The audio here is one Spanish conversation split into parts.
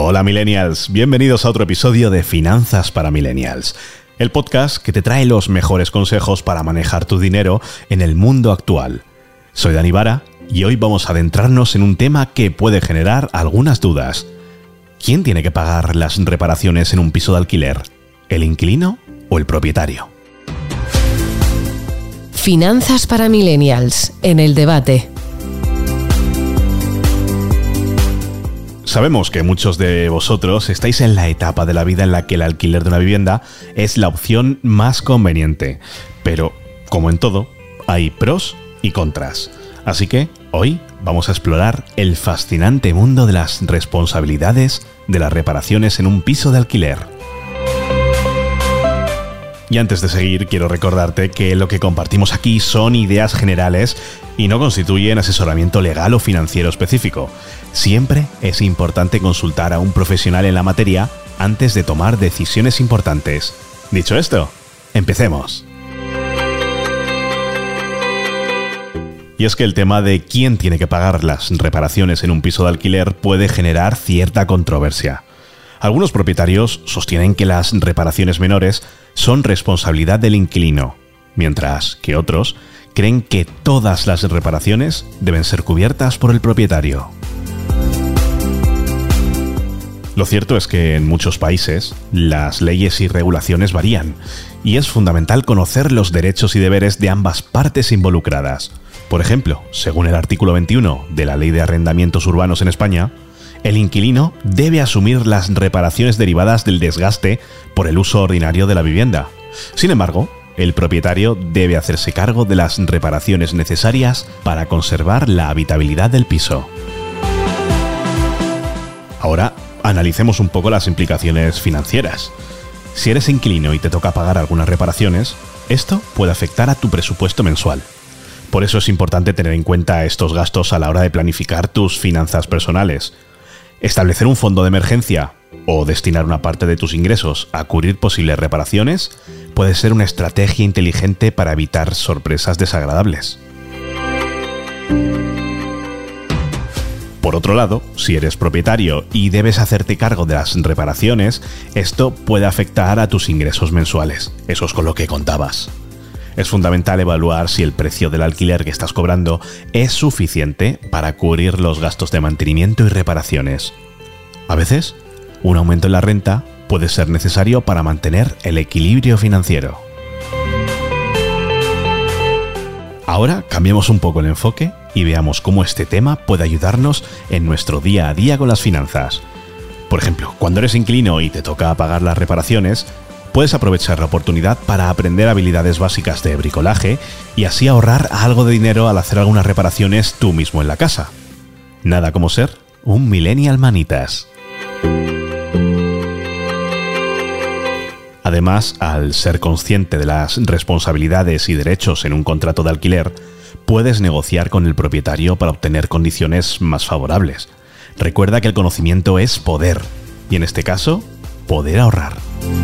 Hola Millennials, bienvenidos a otro episodio de Finanzas para Millennials, el podcast que te trae los mejores consejos para manejar tu dinero en el mundo actual. Soy Dani Vara y hoy vamos a adentrarnos en un tema que puede generar algunas dudas. ¿Quién tiene que pagar las reparaciones en un piso de alquiler? ¿El inquilino o el propietario? Finanzas para Millennials, en el debate. Sabemos que muchos de vosotros estáis en la etapa de la vida en la que el alquiler de una vivienda es la opción más conveniente, pero, como en todo, hay pros y contras. Así que, hoy vamos a explorar el fascinante mundo de las responsabilidades de las reparaciones en un piso de alquiler. Y antes de seguir, quiero recordarte que lo que compartimos aquí son ideas generales y no constituyen asesoramiento legal o financiero específico. Siempre es importante consultar a un profesional en la materia antes de tomar decisiones importantes. Dicho esto, empecemos. Y es que el tema de quién tiene que pagar las reparaciones en un piso de alquiler puede generar cierta controversia. Algunos propietarios sostienen que las reparaciones menores son responsabilidad del inquilino, mientras que otros creen que todas las reparaciones deben ser cubiertas por el propietario. Lo cierto es que en muchos países las leyes y regulaciones varían, y es fundamental conocer los derechos y deberes de ambas partes involucradas. Por ejemplo, según el artículo 21 de la Ley de Arrendamientos Urbanos en España, el inquilino debe asumir las reparaciones derivadas del desgaste por el uso ordinario de la vivienda. Sin embargo, el propietario debe hacerse cargo de las reparaciones necesarias para conservar la habitabilidad del piso. Ahora, analicemos un poco las implicaciones financieras. Si eres inquilino y te toca pagar algunas reparaciones, esto puede afectar a tu presupuesto mensual. Por eso es importante tener en cuenta estos gastos a la hora de planificar tus finanzas personales. Establecer un fondo de emergencia o destinar una parte de tus ingresos a cubrir posibles reparaciones puede ser una estrategia inteligente para evitar sorpresas desagradables. Por otro lado, si eres propietario y debes hacerte cargo de las reparaciones, esto puede afectar a tus ingresos mensuales. Eso es con lo que contabas. Es fundamental evaluar si el precio del alquiler que estás cobrando es suficiente para cubrir los gastos de mantenimiento y reparaciones. A veces, un aumento en la renta puede ser necesario para mantener el equilibrio financiero. Ahora cambiemos un poco el enfoque y veamos cómo este tema puede ayudarnos en nuestro día a día con las finanzas. Por ejemplo, cuando eres inquilino y te toca pagar las reparaciones, puedes aprovechar la oportunidad para aprender habilidades básicas de bricolaje y así ahorrar algo de dinero al hacer algunas reparaciones tú mismo en la casa. Nada como ser un millennial manitas. Además, al ser consciente de las responsabilidades y derechos en un contrato de alquiler, puedes negociar con el propietario para obtener condiciones más favorables. Recuerda que el conocimiento es poder, y en este caso, poder ahorrar.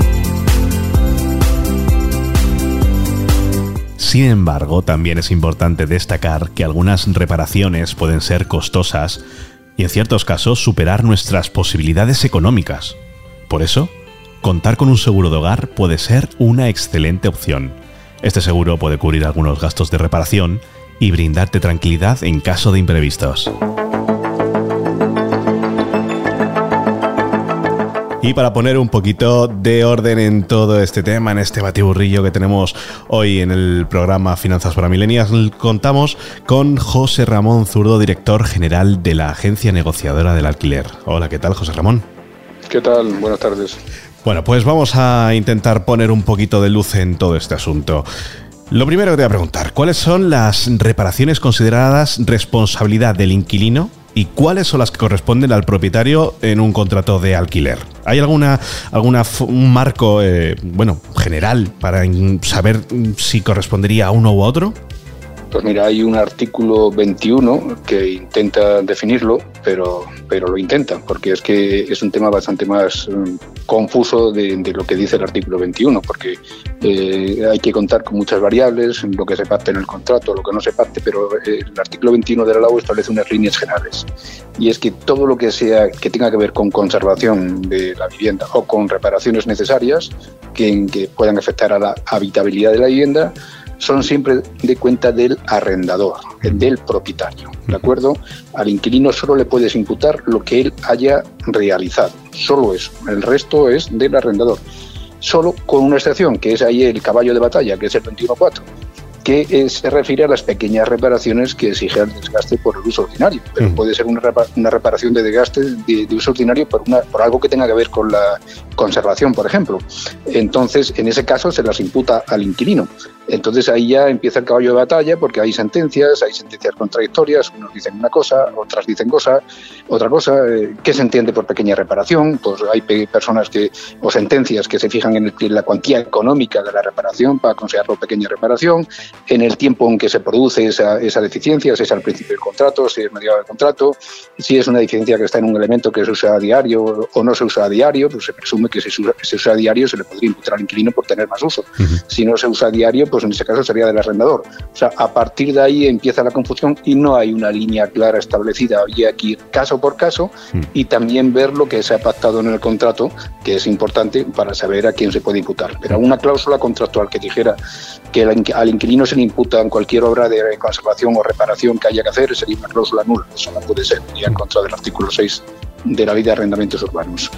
Sin embargo, también es importante destacar que algunas reparaciones pueden ser costosas y en ciertos casos superar nuestras posibilidades económicas. Por eso, contar con un seguro de hogar puede ser una excelente opción. Este seguro puede cubrir algunos gastos de reparación y brindarte tranquilidad en caso de imprevistos. Y para poner un poquito de orden en todo este tema, en este batiburrillo que tenemos hoy en el programa Finanzas para Millennials, contamos con José Ramón Zurdo, director general de la Agencia Negociadora del Alquiler. Hola, ¿qué tal, José Ramón? ¿Qué tal? Buenas tardes. Bueno, pues vamos a intentar poner un poquito de luz en todo este asunto. Lo primero que te voy a preguntar, ¿cuáles son las reparaciones consideradas responsabilidad del inquilino y cuáles son las que corresponden al propietario en un contrato de alquiler? ¿Hay un marco general para saber si correspondería a uno u otro? Pues mira, hay un artículo 21 que intenta definirlo, pero lo intenta, porque es que es un tema bastante más confuso de lo que dice el artículo 21, porque hay que contar con muchas variables, lo que se pacte en el contrato, lo que no se pacte, pero el artículo 21 de la LAU establece unas líneas generales. Y es que todo lo que tenga que ver con conservación de la vivienda o con reparaciones necesarias que puedan afectar a la habitabilidad de la vivienda, son siempre de cuenta del arrendador, del propietario, ¿de acuerdo? Al inquilino solo le puedes imputar lo que él haya realizado, solo eso, el resto es del arrendador. Solo con una excepción, que es ahí el caballo de batalla, que es el 21.4, que se refiere a las pequeñas reparaciones que exige el desgaste por el uso ordinario, pero puede ser una reparación de desgaste de uso ordinario por algo que tenga que ver con la conservación, por ejemplo. Entonces, en ese caso se las imputa al inquilino. Entonces ahí ya empieza el caballo de batalla, porque hay sentencias contradictorias, unos dicen una cosa, otras dicen otra cosa. ¿Qué se entiende por pequeña reparación? Pues hay personas o sentencias que se fijan en la cuantía económica de la reparación para considerarlo pequeña reparación, en el tiempo en que se produce esa deficiencia, si es al principio del contrato, si es mediado del contrato, si es una deficiencia que está en un elemento que se usa a diario o no se usa a diario, pues se presume que si se usa a diario se le podría imputar al inquilino por tener más uso. Si no se usa a diario, pues en ese caso sería del arrendador. O sea, a partir de ahí empieza la confusión y no hay una línea clara establecida. Había que ir caso por caso y también ver lo que se ha pactado en el contrato, que es importante para saber a quién se puede imputar. Pero una cláusula contractual que dijera que al inquilino se le imputa en cualquier obra de conservación o reparación que haya que hacer sería una cláusula nula. Eso no puede ser, y en contra del artículo 6 de la Ley de Arrendamientos Urbanos.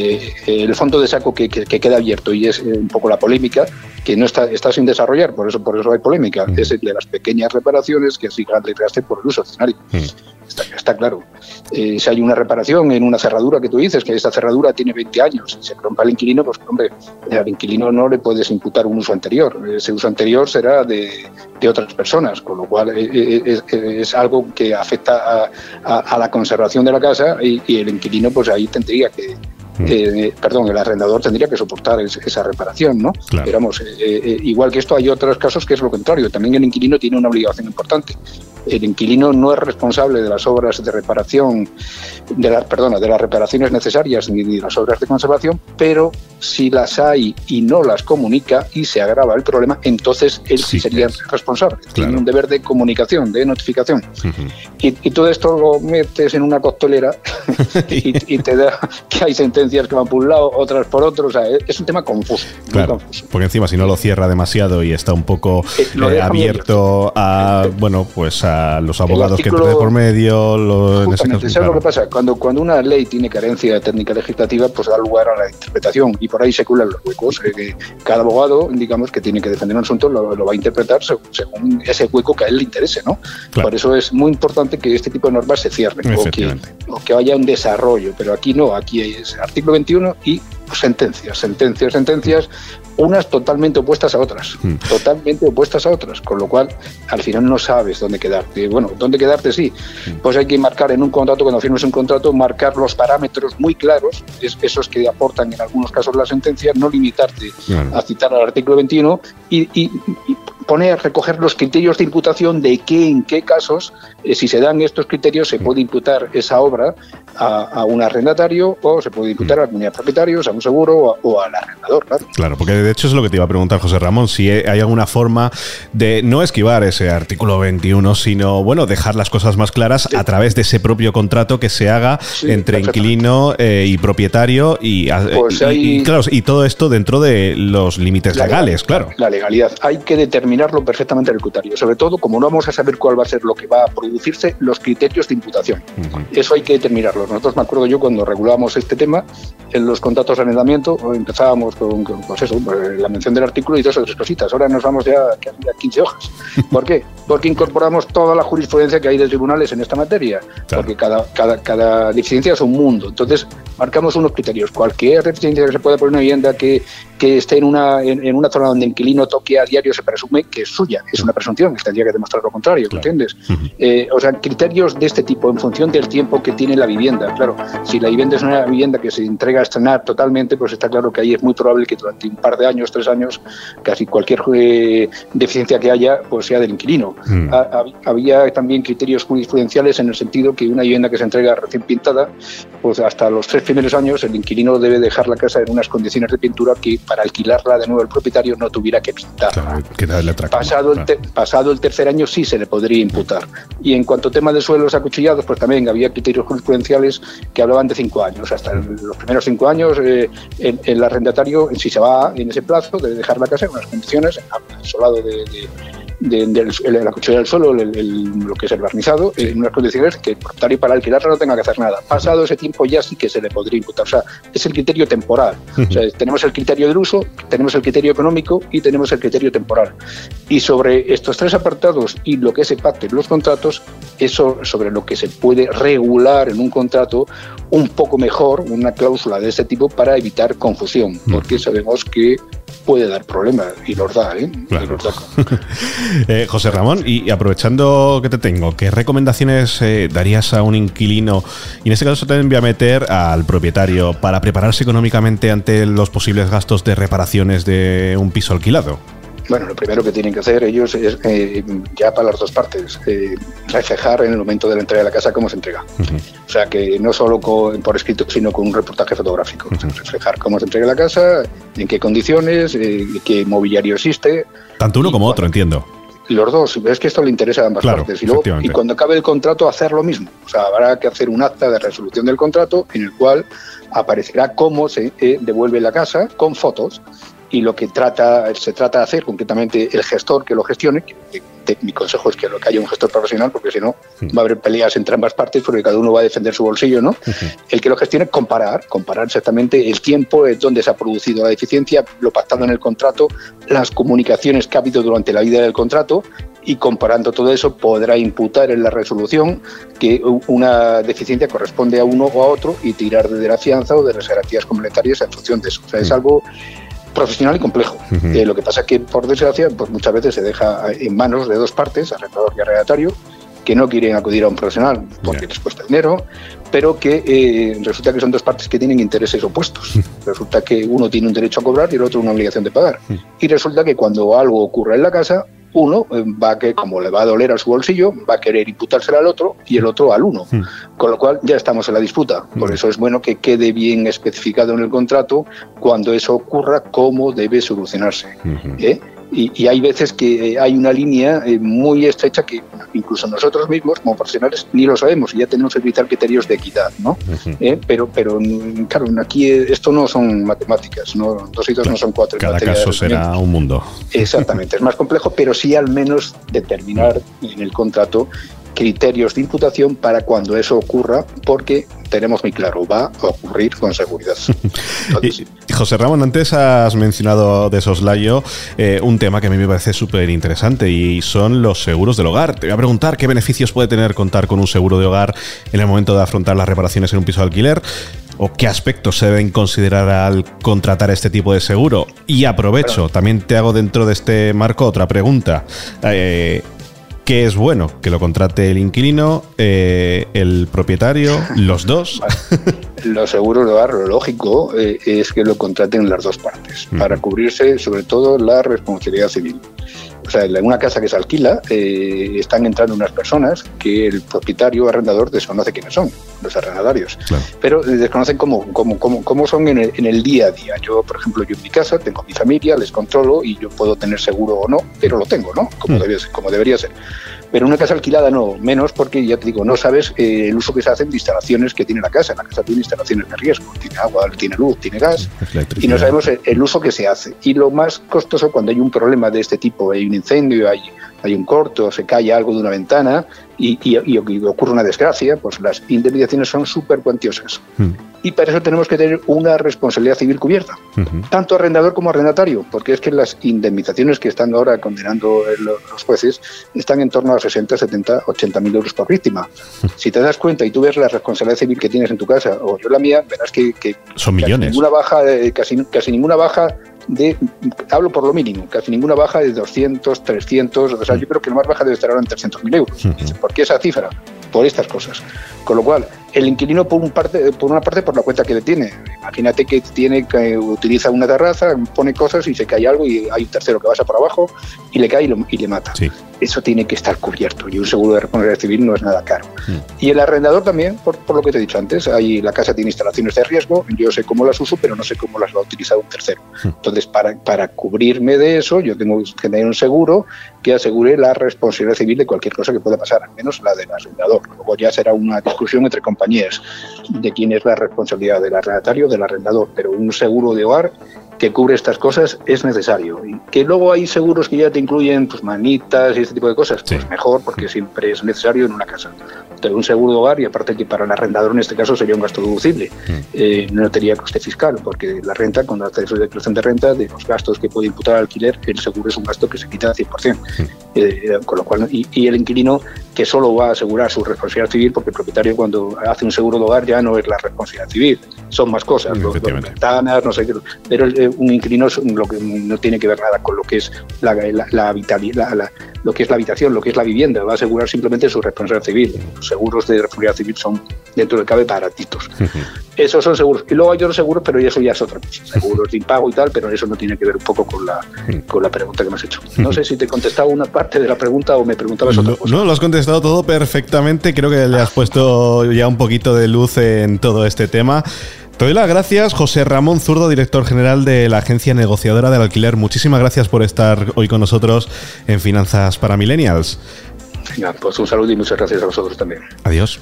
El fondo de saco que queda abierto, y es un poco la polémica, que no está sin desarrollar, por eso hay polémica, es el de las pequeñas reparaciones que exijan desgaste por el uso ordinario. Está claro. Si hay una reparación en una cerradura que tú dices, que esta cerradura tiene 20 años y se rompe al inquilino, pues hombre, al inquilino no le puedes imputar un uso anterior. Ese uso anterior será de otras personas, con lo cual es algo que afecta a la conservación de la casa y el inquilino pues ahí tendría que el arrendador tendría que soportar esa reparación, ¿no? Claro. Pero vamos, igual que esto hay otros casos que es lo contrario. También el inquilino tiene una obligación importante. El inquilino no es responsable de las obras de reparación, de las reparaciones necesarias ni de las obras de conservación, pero si las hay y no las comunica y se agrava el problema, entonces él sí sería responsable. Claro. Tiene un deber de comunicación, de notificación. Y todo esto lo metes en una costelera y te da que hay sentencias que van por un lado, otras por otro. O sea, es un tema confuso. Claro, confuso. Porque encima si no lo cierra demasiado y está un poco abierto a, pues a los abogados que entran por medio. Justamente, ¿sabes lo que pasa? Cuando una ley tiene carencia técnica legislativa, pues da lugar a la interpretación y por ahí se cuelan los huecos. Cada abogado, digamos, que tiene que defender un asunto lo va a interpretar según ese hueco que a él le interese, ¿no? Claro. Por eso es muy importante que este tipo de normas se cierren o que haya un desarrollo, pero aquí no, aquí es artículo 21 y sentencias, unas totalmente opuestas a otras, con lo cual al final no sabes dónde quedarte. Bueno, dónde quedarte sí, pues hay que marcar en un contrato, cuando firmes un contrato, marcar los parámetros muy claros, esos que aportan en algunos casos la sentencia, no limitarte a citar al artículo 21 y recoger los criterios de imputación de en qué casos, si se dan estos criterios, se puede imputar esa obra a un arrendatario o se puede imputar a la comunidad de propietarios, a un seguro o al arrendador. Claro, porque de hecho es lo que te iba a preguntar, José Ramón, si hay alguna forma de no esquivar ese artículo 21, sino dejar las cosas más claras a través de ese propio contrato que se haga entre inquilino y propietario y todo esto dentro de los límites legales, claro. La legalidad. Hay que determinarlo perfectamente en el criterio. Sobre todo, como no vamos a saber cuál va a ser lo que va a producirse, los criterios de imputación. Eso hay que determinarlo. Nosotros, me acuerdo yo, cuando regulábamos este tema, en los contratos de arrendamiento, empezábamos con la mención del artículo y 2 o 3 cositas. Ahora nos vamos ya a 15 hojas. ¿Por qué? Porque incorporamos toda la jurisprudencia que hay de tribunales en esta materia. Claro. Porque cada deficiencia es un mundo. Entonces, marcamos unos criterios. Cualquier deficiencia que se pueda poner en una vivienda que esté en una zona donde el inquilino toque a diario se presume que es suya. Es una presunción, tendría que demostrar lo contrario, claro. ¿Entiendes? O sea, criterios de este tipo en función del tiempo que tiene la vivienda. Claro, si la vivienda es una vivienda que se entrega a estrenar totalmente, pues está claro que ahí es muy probable que durante un par de años, 3 años, casi cualquier deficiencia que haya, pues sea del inquilino. Había también criterios jurisprudenciales en el sentido que una vivienda que se entrega recién pintada, pues hasta los 3 primeros años el inquilino debe dejar la casa en unas condiciones de pintura que para alquilarla de nuevo el propietario no tuviera que pintarla. Pasado el tercer año sí se le podría imputar. Y en cuanto a tema de suelos acuchillados, pues también había criterios jurisprudenciales que hablaban de 5 años. Hasta los primeros 5 años el arrendatario, si se va en ese plazo, debe dejar la casa en unas condiciones, asolado la cuchilla del suelo, lo que es el barnizado, en unas condiciones que el propietario para alquilarla no tenga que hacer nada. Pasado ese tiempo ya sí que se le podría imputar. O sea, es el criterio temporal. O sea, tenemos el criterio del uso, tenemos el criterio económico y tenemos el criterio temporal. Y sobre estos 3 apartados y lo que se pacte en los contratos, eso sobre lo que se puede regular en un contrato un poco mejor, una cláusula de este tipo para evitar confusión, porque sabemos que puede dar problemas y los da, ¿eh? Claro. Y los da. José Ramón, y aprovechando que te tengo, ¿qué recomendaciones darías a un inquilino? Y en este caso también voy a meter al propietario para prepararse económicamente ante los posibles gastos de reparaciones de un piso alquilado. Bueno, lo primero que tienen que hacer ellos es, ya para las dos partes, reflejar en el momento de la entrega de la casa cómo se entrega. O sea, que no solo por escrito, sino con un reportaje fotográfico. Reflejar cómo se entrega la casa, en qué condiciones, qué mobiliario existe. Tanto uno como otro, entiendo. Los dos, es que esto le interesa a ambas partes. Y cuando acabe el contrato, hacer lo mismo. O sea, habrá que hacer un acta de resolución del contrato en el cual aparecerá cómo se devuelve la casa con fotos. Y lo que se trata de hacer, concretamente el gestor que lo gestione, mi consejo es que haya un gestor profesional, porque si no va a haber peleas entre ambas partes, porque cada uno va a defender su bolsillo, ¿no? El que lo gestione, comparar exactamente el tiempo, donde se ha producido la deficiencia, lo pactado en el contrato, las comunicaciones que ha habido durante la vida del contrato, y comparando todo eso podrá imputar en la resolución que una deficiencia corresponde a uno o a otro y tirar de la fianza o de las garantías complementarias en función de eso. O sea, es algo profesional y complejo. Lo que pasa es que, por desgracia, pues muchas veces se deja en manos de dos partes, arrendador y arrendatario, que no quieren acudir a un profesional porque les cuesta dinero, pero que resulta que son dos partes que tienen intereses opuestos. Resulta que uno tiene un derecho a cobrar y el otro una obligación de pagar. Y resulta que cuando algo ocurre en la casa, uno como le va a doler a su bolsillo, va a querer imputársela al otro y el otro al uno. Con lo cual ya estamos en la disputa. Por eso es bueno que quede bien especificado en el contrato cuando eso ocurra, cómo debe solucionarse. Y hay veces que hay una línea muy estrecha que incluso nosotros mismos, como profesionales, ni lo sabemos y ya tenemos que evitar criterios de equidad, ¿no? Pero claro, aquí esto no son matemáticas, ¿no? 2 y 2 no son 4. Cada caso será un mundo. Exactamente, es más complejo, pero sí al menos determinar en el contrato criterios de imputación para cuando eso ocurra, porque tenemos muy claro, va a ocurrir con seguridad. Entonces, José Ramón, antes has mencionado de soslayo un tema que a mí me parece súper interesante y son los seguros del hogar. Te voy a preguntar qué beneficios puede tener contar con un seguro de hogar en el momento de afrontar las reparaciones en un piso de alquiler, o qué aspectos se deben considerar al contratar este tipo de seguro. Y aprovecho, también te hago dentro de este marco otra pregunta. ¿Qué es bueno? ¿Que lo contrate el inquilino, el propietario, los dos? Los seguros de hogar, lo lógico es que lo contraten las dos partes, para cubrirse sobre todo la responsabilidad civil. O sea, en una casa que se alquila están entrando unas personas que el propietario o arrendador desconoce quiénes son, los arrendatarios. Claro. Pero desconocen cómo son en el día a día. Yo, por ejemplo, en mi casa tengo mi familia, les controlo y yo puedo tener seguro o no, pero lo tengo, ¿no? Como debería ser. Pero en una casa alquilada no, menos porque, ya te digo, no sabes el uso que se hacen de instalaciones que tiene la casa. La casa tiene instalaciones de riesgo, tiene agua, tiene luz, tiene gas, y no sabemos el uso que se hace. Y lo más costoso cuando hay un problema de este tipo, hay un incendio, hay un corto, se cae algo de una ventana y ocurre una desgracia, pues las indemnizaciones son súper cuantiosas. Y para eso tenemos que tener una responsabilidad civil cubierta, tanto arrendador como arrendatario, porque es que las indemnizaciones que están ahora condenando los jueces están en torno a 60, 70, 80 mil euros por víctima. Si te das cuenta y tú ves la responsabilidad civil que tienes en tu casa, o yo la mía, verás que son millones. Casi ninguna baja hablo por lo mínimo, casi ninguna baja de 200, 300, o sea, yo creo que la más baja debe estar ahora en 300.000 euros. ¿Por qué esa cifra? Por estas cosas. Con lo cual, El inquilino por una parte por la cuenta que le tiene. Imagínate que utiliza una terraza, pone cosas y se cae algo y hay un tercero que pasa por abajo y le cae y le mata. Sí. Eso tiene que estar cubierto y un seguro de responsabilidad civil no es nada caro. Y el arrendador también, por lo que te he dicho antes, la casa tiene instalaciones de riesgo, yo sé cómo las uso, pero no sé cómo las va a utilizar un tercero. Entonces, para cubrirme de eso, yo tengo que tener un seguro que asegure la responsabilidad civil de cualquier cosa que pueda pasar, al menos la del arrendador. Luego ya será una discusión entre compañías de quién es la responsabilidad del arrendatario o del arrendador, pero un seguro de hogar que cubre estas cosas es necesario. Y que luego hay seguros que ya te incluyen pues manitas y este tipo de cosas, pues mejor, porque siempre es necesario en una casa. Entonces, un seguro de hogar, y aparte que para el arrendador en este caso sería un gasto deducible, no tendría coste fiscal, porque la renta, cuando hace su declaración de renta, de los gastos que puede imputar al alquiler, el seguro es un gasto que se quita al 100%. Con lo cual, y el inquilino que solo va a asegurar su responsabilidad civil, porque el propietario cuando hace un seguro de hogar ya no es la responsabilidad civil, son más cosas, los ventanas, no sé qué, pero un inquilino lo que no tiene que ver nada con lo que es la lo que es la habitación, lo que es la vivienda, va a asegurar simplemente su responsabilidad civil. Los seguros de responsabilidad civil son, dentro del cabe, baratitos. Esos son seguros. Y luego hay otros seguros, pero eso ya es otra cosa. Seguros de impago y tal, pero eso no tiene que ver un poco con la pregunta que me has hecho. No sé si te he contestado una parte de la pregunta o me preguntabas otra cosa. No, lo has contestado todo perfectamente. Creo que le has puesto ya un poquito de luz en todo este tema. Te doy las gracias, José Ramón Zurdo, director general de la Agencia Negociadora del Alquiler. Muchísimas gracias por estar hoy con nosotros en Finanzas para Millennials. Venga, pues un saludo y muchas gracias a vosotros también. Adiós.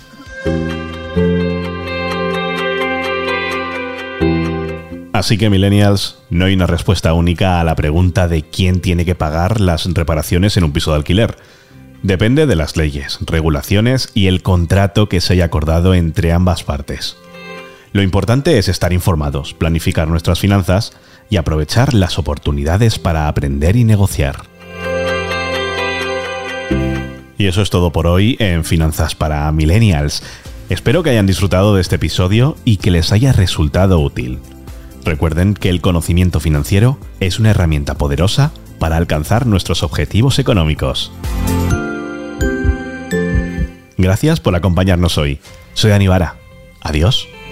Así que, Millennials, no hay una respuesta única a la pregunta de quién tiene que pagar las reparaciones en un piso de alquiler. Depende de las leyes, regulaciones y el contrato que se haya acordado entre ambas partes. Lo importante es estar informados, planificar nuestras finanzas y aprovechar las oportunidades para aprender y negociar. Y eso es todo por hoy en Finanzas para Millennials. Espero que hayan disfrutado de este episodio y que les haya resultado útil. Recuerden que el conocimiento financiero es una herramienta poderosa para alcanzar nuestros objetivos económicos. Gracias por acompañarnos hoy. Soy Dani Vara. Adiós.